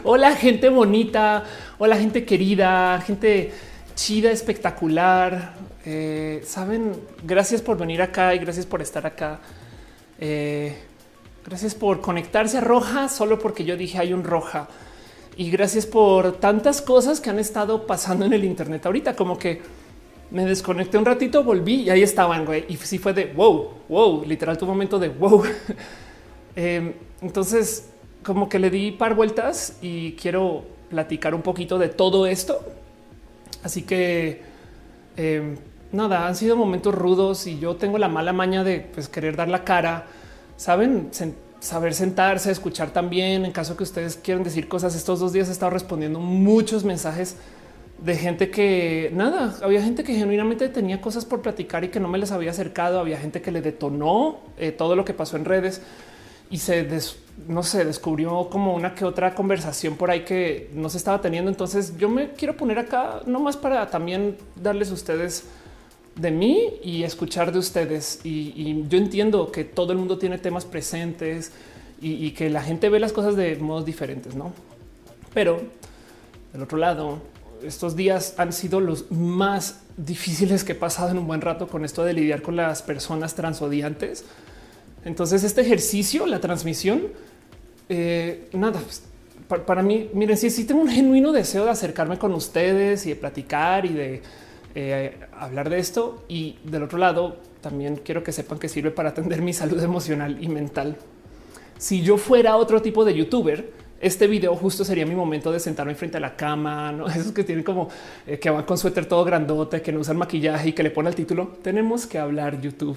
Hola, gente bonita. Hola, gente querida, gente chida, espectacular. Saben, gracias por venir acá y gracias por estar acá. Gracias por conectarse a Roja solo porque yo dije hay un Roja. Y gracias por tantas cosas que han estado pasando en el Internet ahorita, como que me desconecté un ratito, volví y ahí estaban, güey. Y sí fue de wow, wow, literal tu momento de wow. Entonces, como que le di par vueltas y quiero platicar un poquito de todo esto. Así que nada, han sido momentos rudos y yo tengo la mala maña de pues, querer dar la cara, saben, saber sentarse, escuchar también. En caso que ustedes quieran decir cosas, estos 2 días he estado respondiendo muchos mensajes de gente que nada, había gente que genuinamente tenía cosas por platicar y que no me les había acercado. Había gente que le detonó todo lo que pasó en redes y no sé, descubrió como una que otra conversación por ahí que no se estaba teniendo. Entonces yo me quiero poner acá nomás para también darles a ustedes de mí y escuchar de ustedes. Y yo entiendo que todo el mundo tiene temas presentes y que la gente ve las cosas de modos diferentes, ¿no? Pero del otro lado, estos días han sido los más difíciles que he pasado en un buen rato con esto de lidiar con las personas transodiantes. Entonces este ejercicio, la transmisión, nada, pues, para mí, miren, sí tengo un genuino deseo de acercarme con ustedes y de platicar y de hablar de esto. Y del otro lado, también quiero que sepan que sirve para atender mi salud emocional y mental. Si yo fuera otro tipo de youtuber, este video justo sería mi momento de sentarme frente a la cama, ¿no? Esos que tienen como que van con suéter todo grandote, que no usan maquillaje y que le pone el título tenemos que hablar YouTube.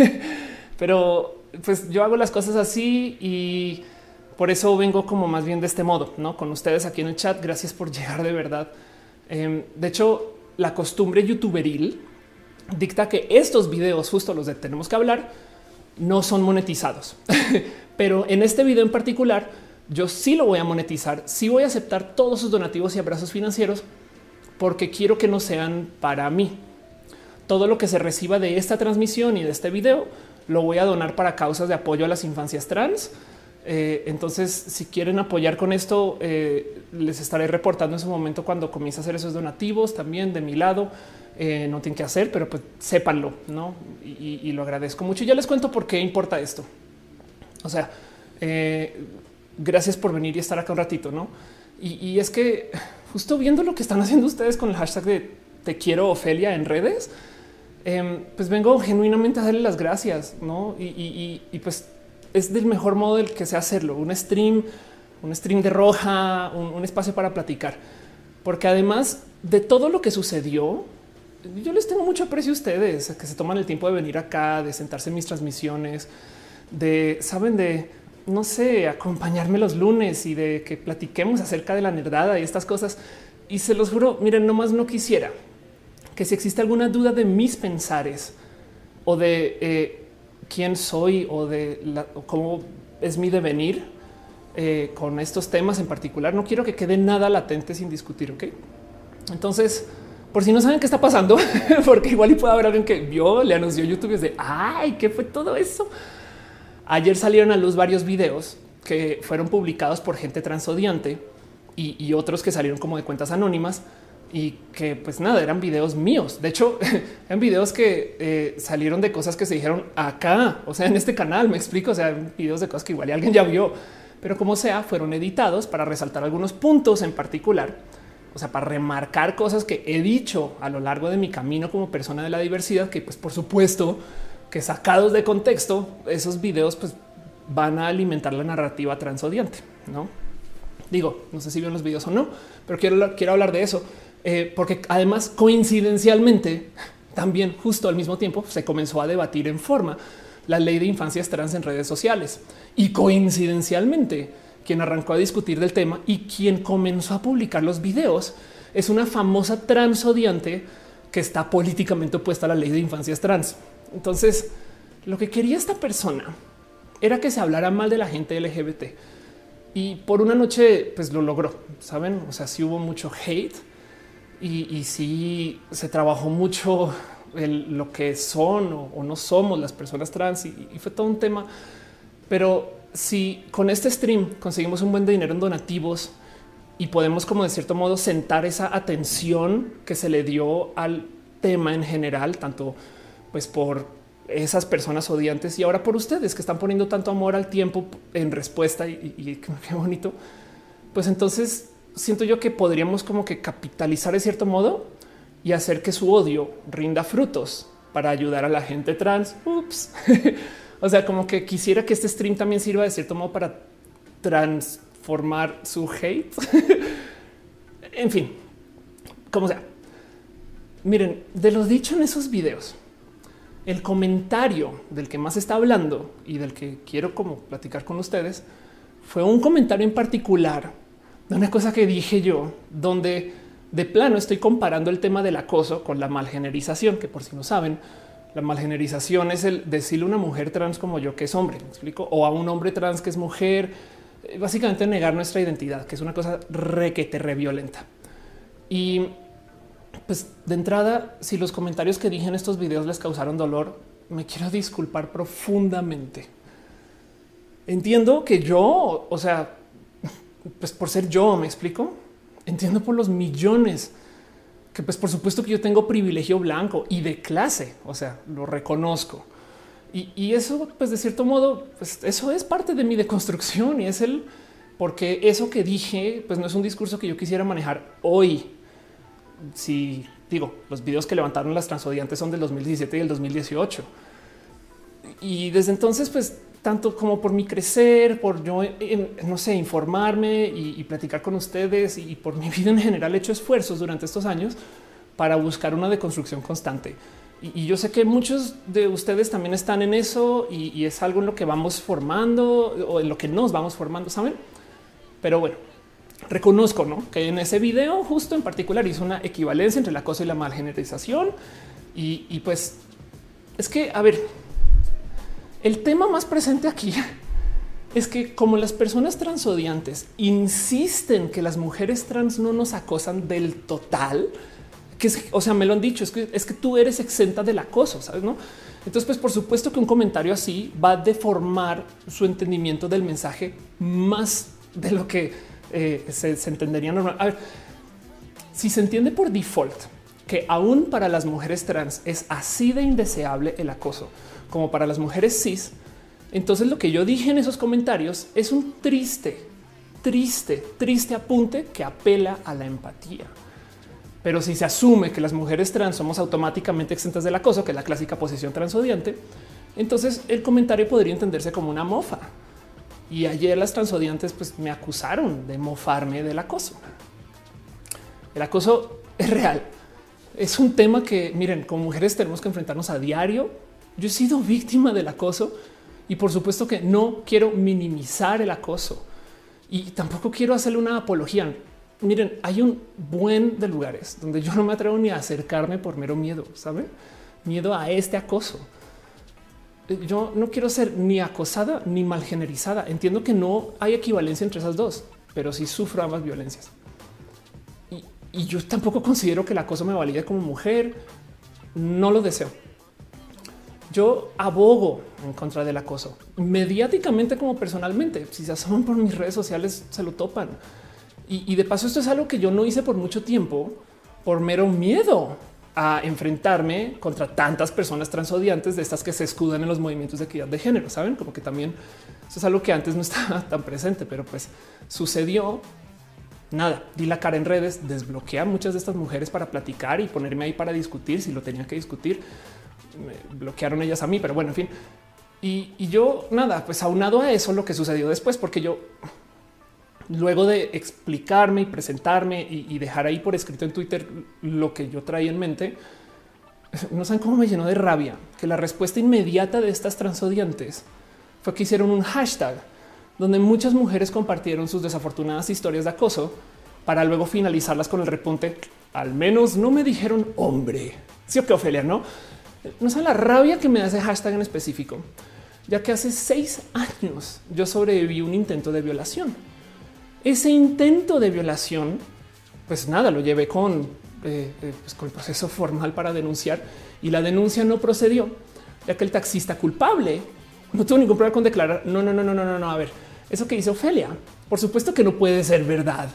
Pero pues yo hago las cosas así y por eso vengo como más bien de este modo, ¿no? Con ustedes aquí en el chat. Gracias por llegar de verdad. De hecho, la costumbre youtuberil dicta que estos videos, justo los de tenemos que hablar, no son monetizados. Pero en este video en particular, yo sí lo voy a monetizar. Sí voy a aceptar todos sus donativos y abrazos financieros porque quiero que no sean para mí. Todo lo que se reciba de esta transmisión y de este video lo voy a donar para causas de apoyo a las infancias trans. Entonces, si quieren apoyar con esto, les estaré reportando en su momento cuando comience a hacer esos donativos también de mi lado. No tienen que hacer, pero pues sépanlo, ¿no? Y lo agradezco mucho. Y ya les cuento por qué importa esto. O sea, gracias por venir y estar acá un ratito, ¿no? Y es que justo viendo lo que están haciendo ustedes con el hashtag de te quiero Ofelia en redes, pues vengo genuinamente a darle las gracias, ¿no? Y pues es del mejor modo del que sé hacerlo. Un stream de Roja, un espacio para platicar. Porque además de todo lo que sucedió, yo les tengo mucho aprecio a ustedes, que se toman el tiempo de venir acá, de sentarse en mis transmisiones, saben, de, no sé, acompañarme los lunes y de que platiquemos acerca de la nerdada y estas cosas. Y se los juro, miren, nomás no quisiera que si existe alguna duda de mis pensares o de quién soy o de cómo es mi devenir con estos temas en particular, no quiero que quede nada latente sin discutir. Ok, entonces, por si no saben qué está pasando, porque igual y puede haber alguien que vio, le anunció YouTube y es de ay, ¿qué fue todo eso? Ayer salieron a luz varios videos que fueron publicados por gente transodiante y otros que salieron como de cuentas anónimas y que pues nada, eran videos míos. De hecho, eran videos que salieron de cosas que se dijeron acá, o sea, en este canal, me explico, o sea, videos de cosas que igual alguien ya vio, pero como sea, fueron editados para resaltar algunos puntos en particular, o sea, para remarcar cosas que he dicho a lo largo de mi camino como persona de la diversidad, que pues por supuesto que sacados de contexto, esos videos pues van a alimentar la narrativa transodiante, ¿no? Digo, no sé si vieron los videos o no, pero quiero hablar de eso. Porque además coincidencialmente también justo al mismo tiempo se comenzó a debatir en forma la ley de infancias trans en redes sociales y coincidencialmente quien arrancó a discutir del tema y quien comenzó a publicar los videos es una famosa transodiante que está políticamente opuesta a la ley de infancias trans. Entonces lo que quería esta persona era que se hablara mal de la gente LGBT y por una noche pues lo logró, saben? O sea, sí hubo mucho hate. Y sí se trabajó mucho lo que son o no somos las personas trans y fue todo un tema. Pero si con este stream conseguimos un buen dinero en donativos y podemos como de cierto modo sentar esa atención que se le dio al tema en general, tanto pues por esas personas odiantes y ahora por ustedes que están poniendo tanto amor al tiempo en respuesta y qué bonito. Pues entonces siento yo que podríamos como que capitalizar de cierto modo y hacer que su odio rinda frutos para ayudar a la gente trans. Ups. O sea, como que quisiera que este stream también sirva de cierto modo para transformar su hate. En fin, como sea. Miren, de lo dicho en esos videos, el comentario del que más está hablando y del que quiero como platicar con ustedes fue un comentario en particular de una cosa que dije yo, donde de plano estoy comparando el tema del acoso con la malgenerización, que por si no saben, la malgenerización es el decirle a una mujer trans como yo que es hombre, ¿me explico? O a un hombre trans que es mujer, básicamente negar nuestra identidad, que es una cosa requete re violenta. Y pues de entrada, si los comentarios que dije en estos videos les causaron dolor, me quiero disculpar profundamente. Entiendo que yo, o sea, pues por ser yo, me explico. Entiendo por los millones que pues por supuesto que yo tengo privilegio blanco y de clase, o sea, lo reconozco. Y eso pues de cierto modo, pues eso es parte de mi deconstrucción y es el porque eso que dije pues no es un discurso que yo quisiera manejar hoy. Si digo, los videos que levantaron las transodiantes son del 2017 y el 2018. Y desde entonces, pues tanto como por mi crecer, por yo, no sé, informarme y platicar con ustedes y por mi vida en general, he hecho esfuerzos durante estos años para buscar una deconstrucción constante. Y yo sé que muchos de ustedes también están en eso y es algo en lo que vamos formando o en lo que nos vamos formando, ¿saben? Pero bueno, reconozco, ¿no?, que en ese video justo en particular hizo una equivalencia entre el acoso y la malgenerización. Y pues es que, a ver, el tema más presente aquí es que como las personas transodiantes insisten que las mujeres trans no nos acosan del total, que es, o sea, me lo han dicho, es que tú eres exenta del acoso, ¿sabes? ¿No? Entonces, pues por supuesto que un comentario así va a deformar su entendimiento del mensaje más de lo que se entendería normal. A ver, si se entiende por default que aún para las mujeres trans es así de indeseable el acoso como para las mujeres cis, entonces lo que yo dije en esos comentarios es un triste apunte que apela a la empatía. Pero si se asume que las mujeres trans somos automáticamente exentas del acoso, que es la clásica posición transodiante, entonces el comentario podría entenderse como una mofa. Y ayer las transodiantes pues me acusaron de mofarme del acoso. El acoso es real. Es un tema que, miren, como mujeres tenemos que enfrentarnos a diario. Yo he sido víctima del acoso y por supuesto que no quiero minimizar el acoso y tampoco quiero hacerle una apología. Miren, hay un buen de lugares donde yo no me atrevo ni a acercarme por mero miedo, ¿saben? Miedo a este acoso. Yo no quiero ser ni acosada ni malgenerizada. Entiendo que no hay equivalencia entre esas dos, pero sí sufro ambas violencias. Y yo tampoco considero que el acoso me valide como mujer. No lo deseo. Yo abogo en contra del acoso mediáticamente como personalmente. Si se asoman por mis redes sociales, se lo topan. Y de paso, esto es algo que yo no hice por mucho tiempo por mero miedo a enfrentarme contra tantas personas transodiantes de estas que se escudan en los movimientos de equidad de género. Saben, como que también eso es algo que antes no estaba tan presente, pero pues sucedió. Nada, di la cara en redes, desbloqueé a muchas de estas mujeres para platicar y ponerme ahí para discutir si lo tenía que discutir. Me bloquearon ellas a mí, pero bueno, en fin. Y yo nada, pues aunado a eso lo que sucedió después, porque yo luego de explicarme y presentarme y dejar ahí por escrito en Twitter lo que yo traía en mente, no saben cómo me llenó de rabia que la respuesta inmediata de estas transodiantes fue que hicieron un hashtag donde muchas mujeres compartieron sus desafortunadas historias de acoso para luego finalizarlas con el repunte. Al menos no me dijeron hombre. Sí o qué, Ofelia, no? No sé la rabia que me da ese hashtag en específico, ya que hace 6 años yo sobreviví a un intento de violación. Ese intento de violación, pues nada, lo llevé con el proceso formal para denunciar y la denuncia no procedió, ya que el taxista culpable no tuvo ningún problema con declarar. No. A ver, eso que dice Ofelia, por supuesto que no puede ser verdad.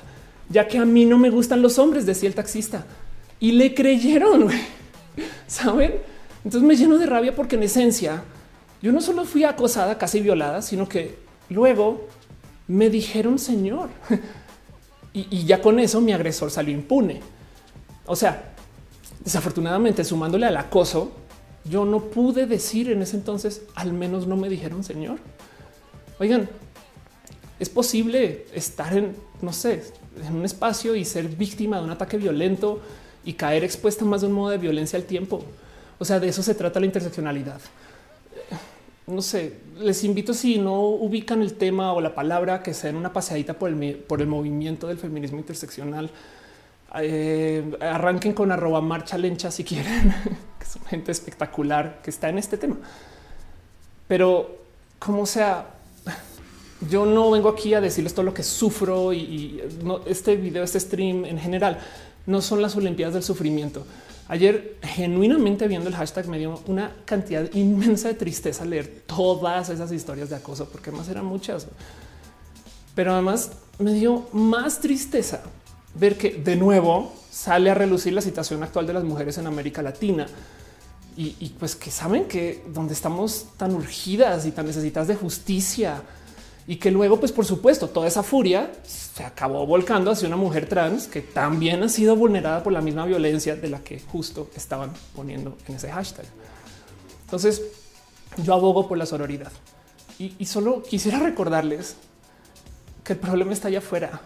ya que a mí no me gustan los hombres, decía el taxista. Y le creyeron, güey. ¿Saben? Entonces me lleno de rabia porque en esencia yo no solo fui acosada, casi violada, sino que luego me dijeron señor. Y ya con eso mi agresor salió impune. O sea, desafortunadamente, sumándole al acoso, yo no pude decir en ese entonces, al menos no me dijeron señor. Oigan, es posible estar en, no sé, en un espacio y ser víctima de un ataque violento y caer expuesta a más de un modo de violencia al tiempo. O sea, de eso se trata la interseccionalidad. No sé, les invito, si no ubican el tema o la palabra, que se den una paseadita por el movimiento del feminismo interseccional. Arranquen con @marchalencha si quieren, que son gente espectacular que está en este tema. Pero como sea, yo no vengo aquí a decirles todo lo que sufro y no, este video, este stream en general, no son las Olimpiadas del sufrimiento. Ayer, genuinamente viendo el hashtag, me dio una cantidad inmensa de tristeza leer todas esas historias de acoso, porque además eran muchas. Pero además me dio más tristeza ver que de nuevo sale a relucir la situación actual de las mujeres en América Latina. Y pues que saben que donde estamos tan urgidas y tan necesitadas de justicia, y que luego, pues por supuesto, toda esa furia se acabó volcando hacia una mujer trans que también ha sido vulnerada por la misma violencia de la que justo estaban poniendo en ese hashtag. Entonces yo abogo por la sororidad y solo quisiera recordarles que el problema está allá afuera.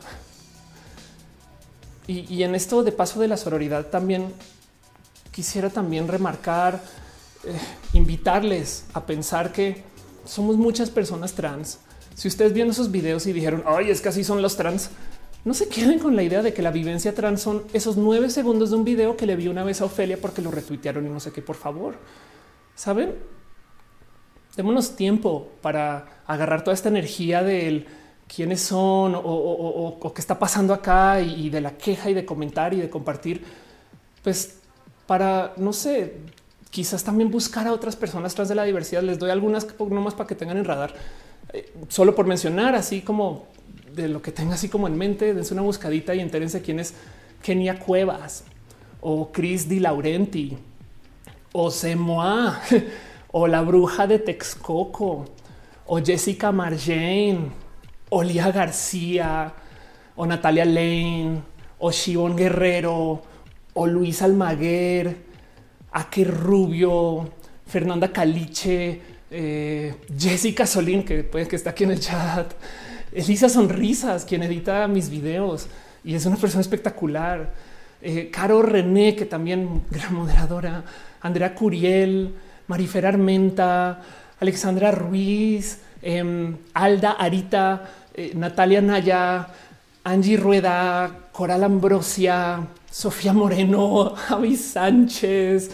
Y en esto de paso de la sororidad también quisiera también remarcar, invitarles a pensar que somos muchas personas trans. Si ustedes vieron esos videos y dijeron, ay, es que así son los trans, no se queden con la idea de que la vivencia trans son esos 9 segundos de un video que le vi una vez a Ofelia porque lo retuitearon y no sé qué. Por favor, saben, démonos tiempo para agarrar toda esta energía del quiénes son o qué está pasando acá y de la queja y de comentar y de compartir, pues para, no sé, quizás también buscar a otras personas trans de la diversidad. Les doy algunas nomás para que tengan en radar. Solo por mencionar, así como de lo que tenga así como en mente, dense una buscadita y entérense quién es Kenia Cuevas o Chris Di Laurenti o Semoa o la bruja de Texcoco o Jessica Marjane o Lía García o Natalia Lane o Shivon Guerrero o Luis Almaguer, Ake Rubio, Fernanda Caliche, Jessica Solín, que puede que está aquí en el chat, Elisa Sonrisas, quien edita mis videos y es una persona espectacular, Caro René, que también gran moderadora, Andrea Curiel, Marifer Armenta, Alexandra Ruiz, Alda Arita, Natalia Naya, Angie Rueda, Coral Ambrosia, Sofía Moreno, Javi Sánchez,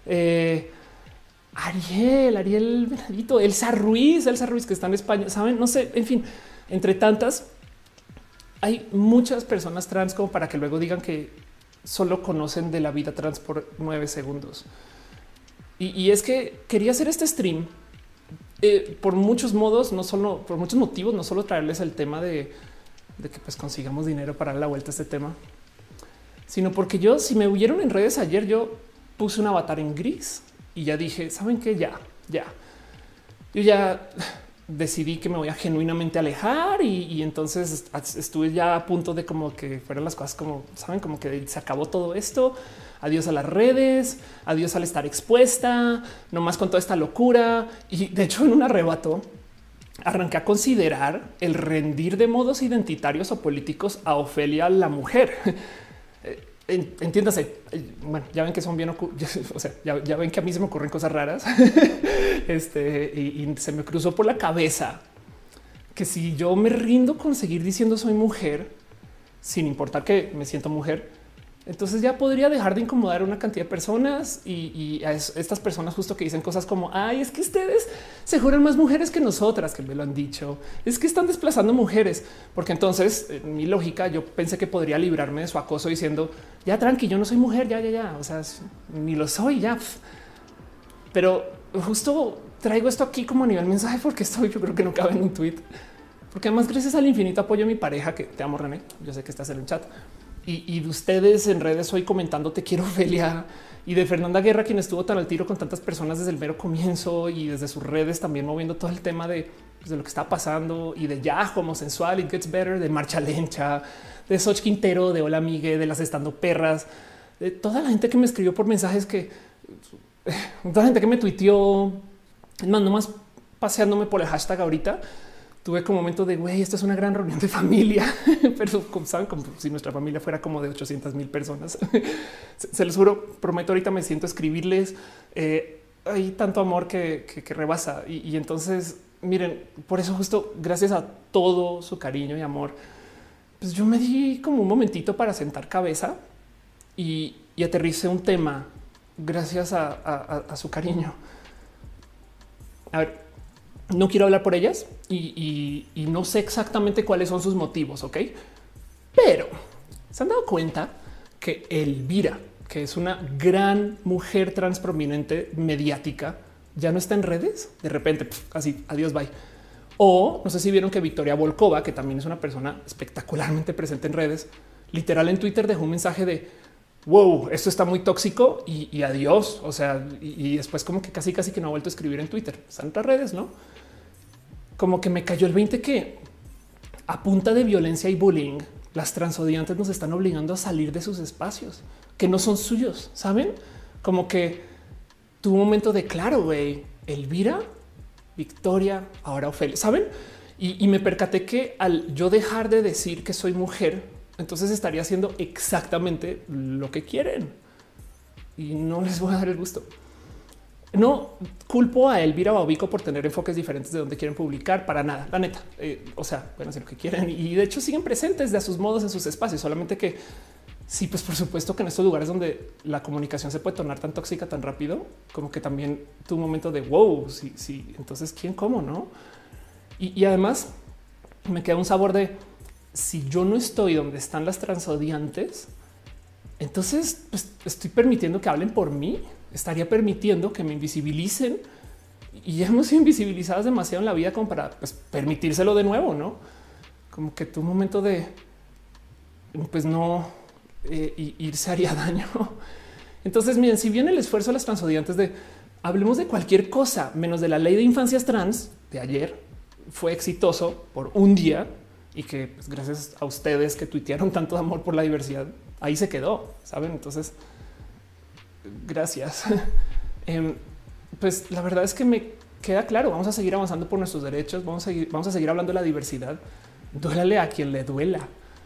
Ariel Benedito, Elsa Ruiz, que está en España, saben, no sé, en fin, entre tantas, hay muchas personas trans como para que luego digan que solo conocen de la vida trans por 9 segundos. Y es que quería hacer este stream por muchos modos, no solo por muchos motivos, no solo traerles el tema de que pues consigamos dinero para dar la vuelta a este tema, sino porque yo, si me vieron en redes ayer, yo puse un avatar en gris y ya dije, ¿saben qué? Yo ya decidí que me voy a genuinamente alejar y entonces estuve ya a punto de como que fueran las cosas como, ¿saben? Como que se acabó todo esto. Adiós a las redes, adiós al estar expuesta, no más con toda esta locura. Y de hecho, en un arrebato, arranqué a considerar el rendir de modos identitarios o políticos a Ofelia la mujer. Entiéndase, bueno, ya ven que son bien, o sea, ya ven que a mí se me ocurren cosas raras. Y se me cruzó por la cabeza que si yo me rindo con seguir diciendo soy mujer, sin importar que me siento mujer, entonces ya podría dejar de incomodar a una cantidad de personas y a estas personas justo que dicen cosas como ay, es que ustedes se juran más mujeres que nosotras, que me lo han dicho, es que están desplazando mujeres, porque entonces en mi lógica yo pensé que podría librarme de su acoso diciendo ya tranqui, yo no soy mujer, ya, o sea, ni lo soy ya. Pero justo traigo esto aquí como a nivel mensaje porque esto yo creo que no cabe en un tweet. porque además gracias al infinito apoyo de mi pareja, que te amo, René, yo sé que estás en el chat, y de ustedes en redes hoy comentando te quiero, Ophelia, y de Fernanda Guerra, quien estuvo tan al tiro con tantas personas desde el mero comienzo y desde sus redes también moviendo todo el tema de, pues, de lo que está pasando, y de ya homosexual, It Gets Better, de Marcha Lencha, de Soch Quintero, de Hola Migue, de las Estando Perras, de toda la gente que me escribió por mensajes, que toda la gente que me tuiteó, es más, nomás paseándome por el hashtag ahorita, tuve como momento de güey, esto es una gran reunión de familia, pero como saben, como si nuestra familia fuera como de 800,000 personas. Se los juro, prometo, ahorita me siento a escribirles. Hay tanto amor que rebasa. Y entonces, miren, por eso justo gracias a todo su cariño y amor, pues yo me di como un momentito para sentar cabeza y aterricé un tema gracias a su cariño. A ver, no quiero hablar por ellas y no sé exactamente cuáles son sus motivos, ¿ok? Pero se han dado cuenta que Elvira, que es una gran mujer trans prominente mediática, ya no está en redes. De repente, así, adiós, bye. O no sé si vieron que Victoria Volkova, que también es una persona espectacularmente presente en redes, literal en Twitter dejó un mensaje de wow, esto está muy tóxico y adiós. O sea, y después como que casi que no ha vuelto a escribir en Twitter. Están otras redes, ¿no? Como que me cayó el 20 que a punta de violencia y bullying, las transodiantes nos están obligando a salir de sus espacios que no son suyos. Saben, como que tuvo un momento de claro, güey, Elvira, Victoria, ahora Ofelia, saben? Y me percaté que al yo dejar de decir que soy mujer, entonces estaría haciendo exactamente lo que quieren y no les voy a dar el gusto. No culpo a Elvira Baubico por tener enfoques diferentes de donde quieren publicar, para nada, la neta. O sea, pueden hacer lo que quieren y de hecho siguen presentes de a sus modos en sus espacios, solamente que sí, pues por supuesto que en estos lugares donde la comunicación se puede tornar tan tóxica tan rápido, como que también tuvo un momento de wow, sí, entonces quién, cómo, no? Y además me queda un sabor de si yo no estoy donde están las transodiantes, entonces pues, estoy permitiendo que hablen por mí. Estaría permitiendo que me invisibilicen y ya hemos sido invisibilizadas demasiado en la vida como para pues, permitírselo de nuevo, no? Como que tu momento de pues no irse haría daño. Entonces, miren, si bien el esfuerzo de las transodiantes de hablemos de cualquier cosa menos de la ley de infancias trans de ayer fue exitoso por un día y que pues, gracias a ustedes que tuitearon tanto amor por la diversidad, ahí se quedó, saben? Entonces, gracias. Pues la verdad es que me queda claro, vamos a seguir avanzando por nuestros derechos, vamos a seguir hablando de la diversidad, duélale a quien le duela.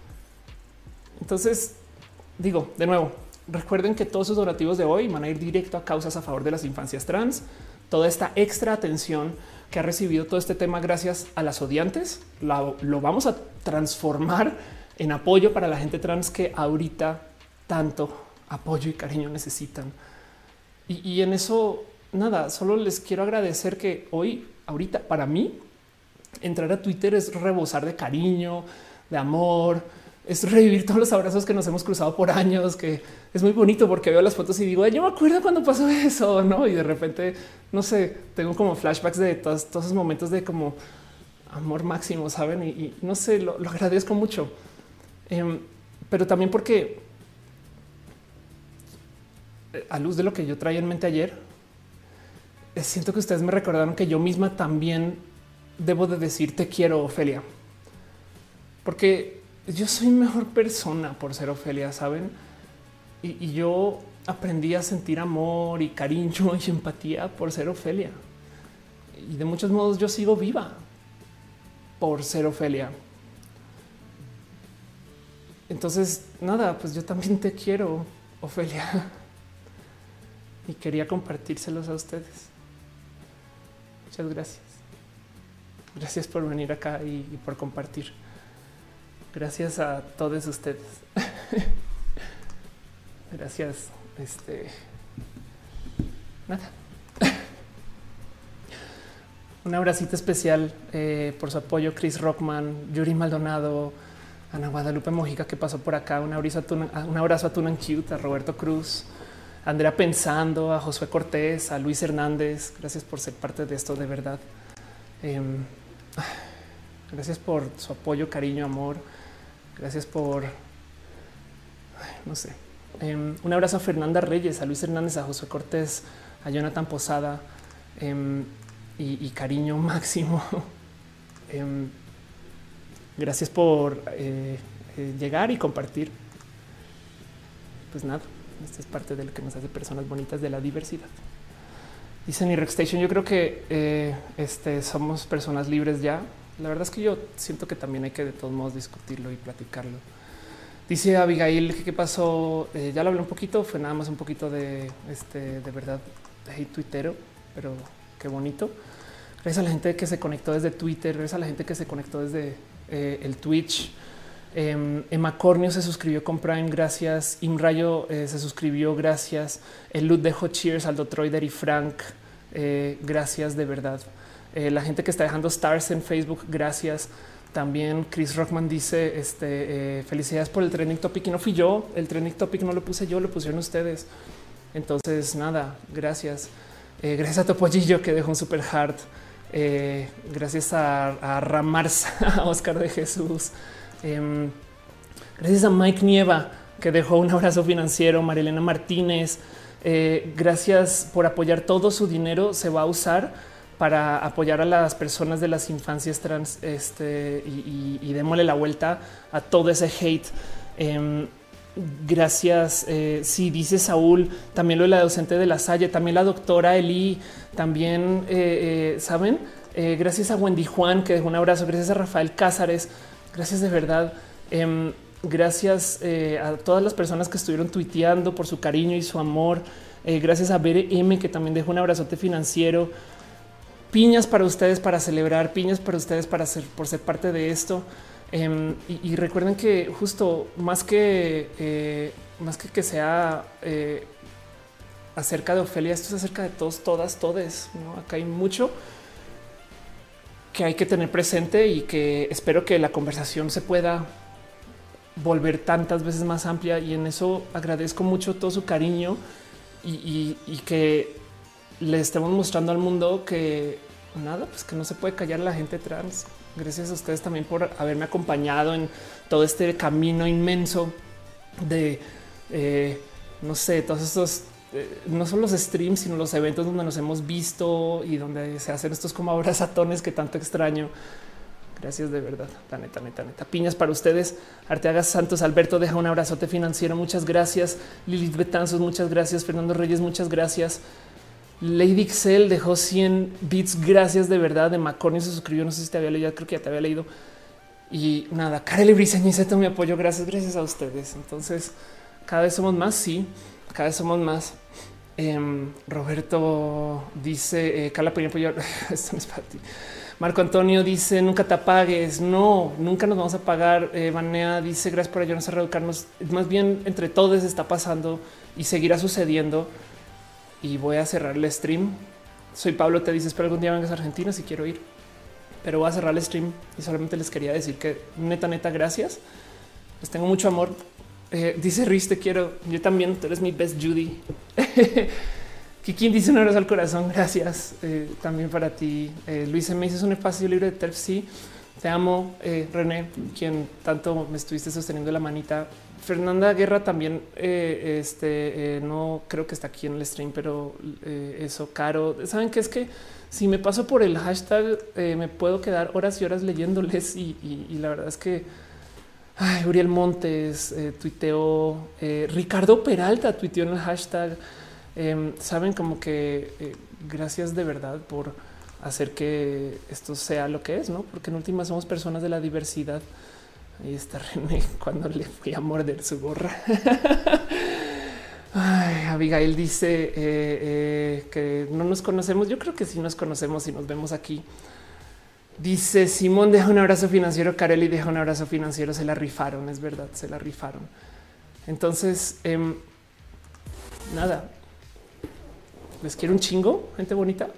Entonces, digo, de nuevo, recuerden que todos sus donativos de hoy van a ir directo a causas a favor de las infancias trans. Toda esta extra atención que ha recibido todo este tema gracias a las odiantes, lo vamos a transformar en apoyo para la gente trans que ahorita tanto apoyo y cariño necesitan. Y en eso, nada, solo les quiero agradecer que hoy, ahorita, para mí, entrar a Twitter es rebosar de cariño, de amor, es revivir todos los abrazos que nos hemos cruzado por años, que es muy bonito porque veo las fotos y digo, ay, yo me acuerdo cuando pasó eso, ¿no? Y de repente, no sé, tengo como flashbacks de todos esos momentos de como amor máximo, ¿saben? Y no sé, lo agradezco mucho. Pero también porque a luz de lo que yo traía en mente ayer, siento que ustedes me recordaron que yo misma también debo de decir te quiero, Ofelia, porque yo soy mejor persona por ser Ofelia, ¿saben? Y yo aprendí a sentir amor y cariño y empatía por ser Ofelia. Y de muchos modos yo sigo viva por ser Ofelia. Entonces, nada, pues yo también te quiero, Ofelia. Y quería compartírselos a ustedes. Muchas gracias. Gracias por venir acá y por compartir. Gracias a todos ustedes. Gracias. Nada. Un abracito especial por su apoyo. Chris Rockman, Yuri Maldonado, Ana Guadalupe Mojica que pasó por acá. Un abrazo a Tunan Cute, a Roberto Cruz, a Andrea Pensando, a Josué Cortés, a Luis Hernández. Gracias por ser parte de esto de verdad. Gracias por su apoyo, cariño, amor. Gracias por, no sé. Un abrazo a Fernanda Reyes, a Luis Hernández, a Josué Cortés, a Jonathan Posada y cariño máximo. Gracias por llegar y compartir. Pues nada, esta es parte de lo que nos hace personas bonitas, de la diversidad. Dice Nirex Station, yo creo que somos personas libres ya. La verdad es que yo siento que también hay que de todos modos discutirlo y platicarlo. Dice Abigail que qué pasó. Ya lo hablé un poquito, fue nada más un poquito de verdad, de hate tuitero, pero qué bonito. Gracias a la gente que se conectó desde Twitter, gracias a la gente que se conectó desde el Twitch. Emma Cornio se suscribió con Prime, gracias. Imrayo se suscribió, gracias. El Lud dejó cheers, Aldo Troider y Frank, gracias de verdad. La gente que está dejando stars en Facebook, gracias. También Chris Rockman dice felicidades por el trending topic, y no fui yo, el trending topic no lo puse yo, lo pusieron ustedes. Entonces nada, gracias. Gracias a Topollillo que dejó un super hard. Gracias a Ramars, a Oscar de Jesús. Gracias a Mike Nieva que dejó un abrazo financiero. Marilena Martínez, gracias por apoyar. Todo su dinero se va a usar para apoyar a las personas de las infancias trans y démosle la vuelta a todo ese hate. Gracias. Sí, dice Saúl, también lo de la docente de La Salle, también la doctora Eli, también saben. Gracias a Wendy Juan que dejó un abrazo. Gracias a Rafael Cázares. Gracias de verdad. Gracias a todas las personas que estuvieron tuiteando por su cariño y su amor. Gracias a Bere M que también dejó un abrazote financiero. Piñas para ustedes para celebrar, piñas para ustedes por ser parte de esto. Y recuerden que justo más que sea acerca de Ofelia, esto es acerca de todos, todas, todes, ¿no? Acá hay mucho que hay que tener presente y que espero que la conversación se pueda volver tantas veces más amplia, y en eso agradezco mucho todo su cariño y que le estemos mostrando al mundo que nada, pues que no se puede callar a la gente trans. Gracias a ustedes también por haberme acompañado en todo este camino inmenso de, no sé, todos estos, no solo los streams, sino los eventos donde nos hemos visto y donde se hacen estos como abrazatones que tanto extraño. Gracias de verdad, la neta, neta, neta. Piñas para ustedes. Arteaga Santos Alberto deja un abrazote financiero, muchas gracias. Lilith Betanzos, muchas gracias. Fernando Reyes, muchas gracias. Lady Excel dejó 100 bits, gracias de verdad. De Macornio se suscribió, no sé si te había leído, creo que ya te había leído. Y nada, Kareli Briseñiceto, mi apoyo, gracias a ustedes. Entonces, cada vez somos más, sí, cada vez somos más. Roberto dice, Carla Peña apoyo, esto no es para ti. Marco Antonio dice, nunca te apagues. No, nunca nos vamos a apagar. Vanea dice, gracias por ayudarnos a reeducarnos. Más bien, entre todos está pasando y seguirá sucediendo. Y voy a cerrar el stream. Soy Pablo, te dices, pero algún día vengas a Argentina si quiero ir. Pero voy a cerrar el stream y solamente les quería decir que neta, gracias. Les tengo mucho amor. Dice Riz, te quiero. Yo también, tú eres mi best Judy. Kikin dice un abrazo al corazón. Gracias también para ti. Luis me dice, es un espacio libre de TERF. Sí, te amo. René, quien tanto me estuviste sosteniendo la manita. Fernanda Guerra también, no creo que está aquí en el stream, pero eso, Caro, saben que es que si me paso por el hashtag me puedo quedar horas y horas leyéndoles y la verdad es que Uriel Montes tuiteó, Ricardo Peralta tuiteó en el hashtag. Saben, como que gracias de verdad por hacer que esto sea lo que es, ¿no? Porque en última somos personas de la diversidad. Ahí está René cuando le fui a morder su gorra. Ay, Abigail dice que no nos conocemos. Yo creo que sí nos conocemos y nos vemos aquí. Dice Simón, deja un abrazo financiero. Kareli deja un abrazo financiero. Se la rifaron, es verdad, se la rifaron. Entonces, nada, les quiero un chingo, gente bonita.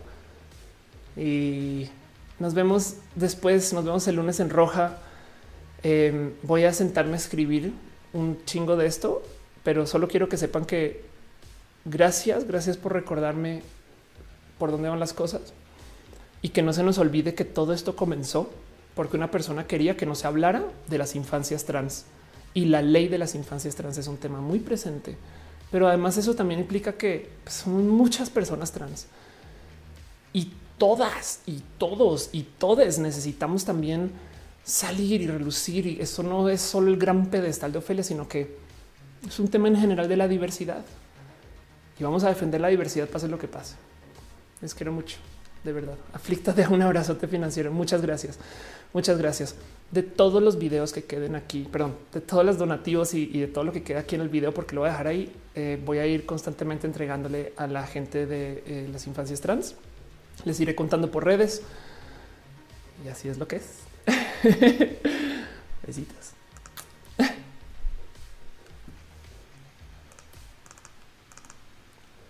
Y nos vemos después, nos vemos el lunes en Roja. Voy a sentarme a escribir un chingo de esto, pero solo quiero que sepan que gracias por recordarme por dónde van las cosas y que no se nos olvide que todo esto comenzó porque una persona quería que no se hablara de las infancias trans, y la ley de las infancias trans es un tema muy presente. Pero además eso también implica que pues, son muchas personas trans y todas y todos y todes necesitamos también salir y relucir. Y eso no es solo el gran pedestal de Ofelia, sino que es un tema en general de la diversidad. Y vamos a defender la diversidad, pase lo que pase. Les quiero mucho, de verdad. Aflicta, de un abrazote financiero. Muchas gracias. Muchas gracias. De todos los videos que queden aquí, perdón, de todos los donativos y de todo lo que queda aquí en el video, porque lo voy a dejar ahí, voy a ir constantemente entregándole a la gente de las infancias trans. Les iré contando por redes y así es lo que es. Besitos.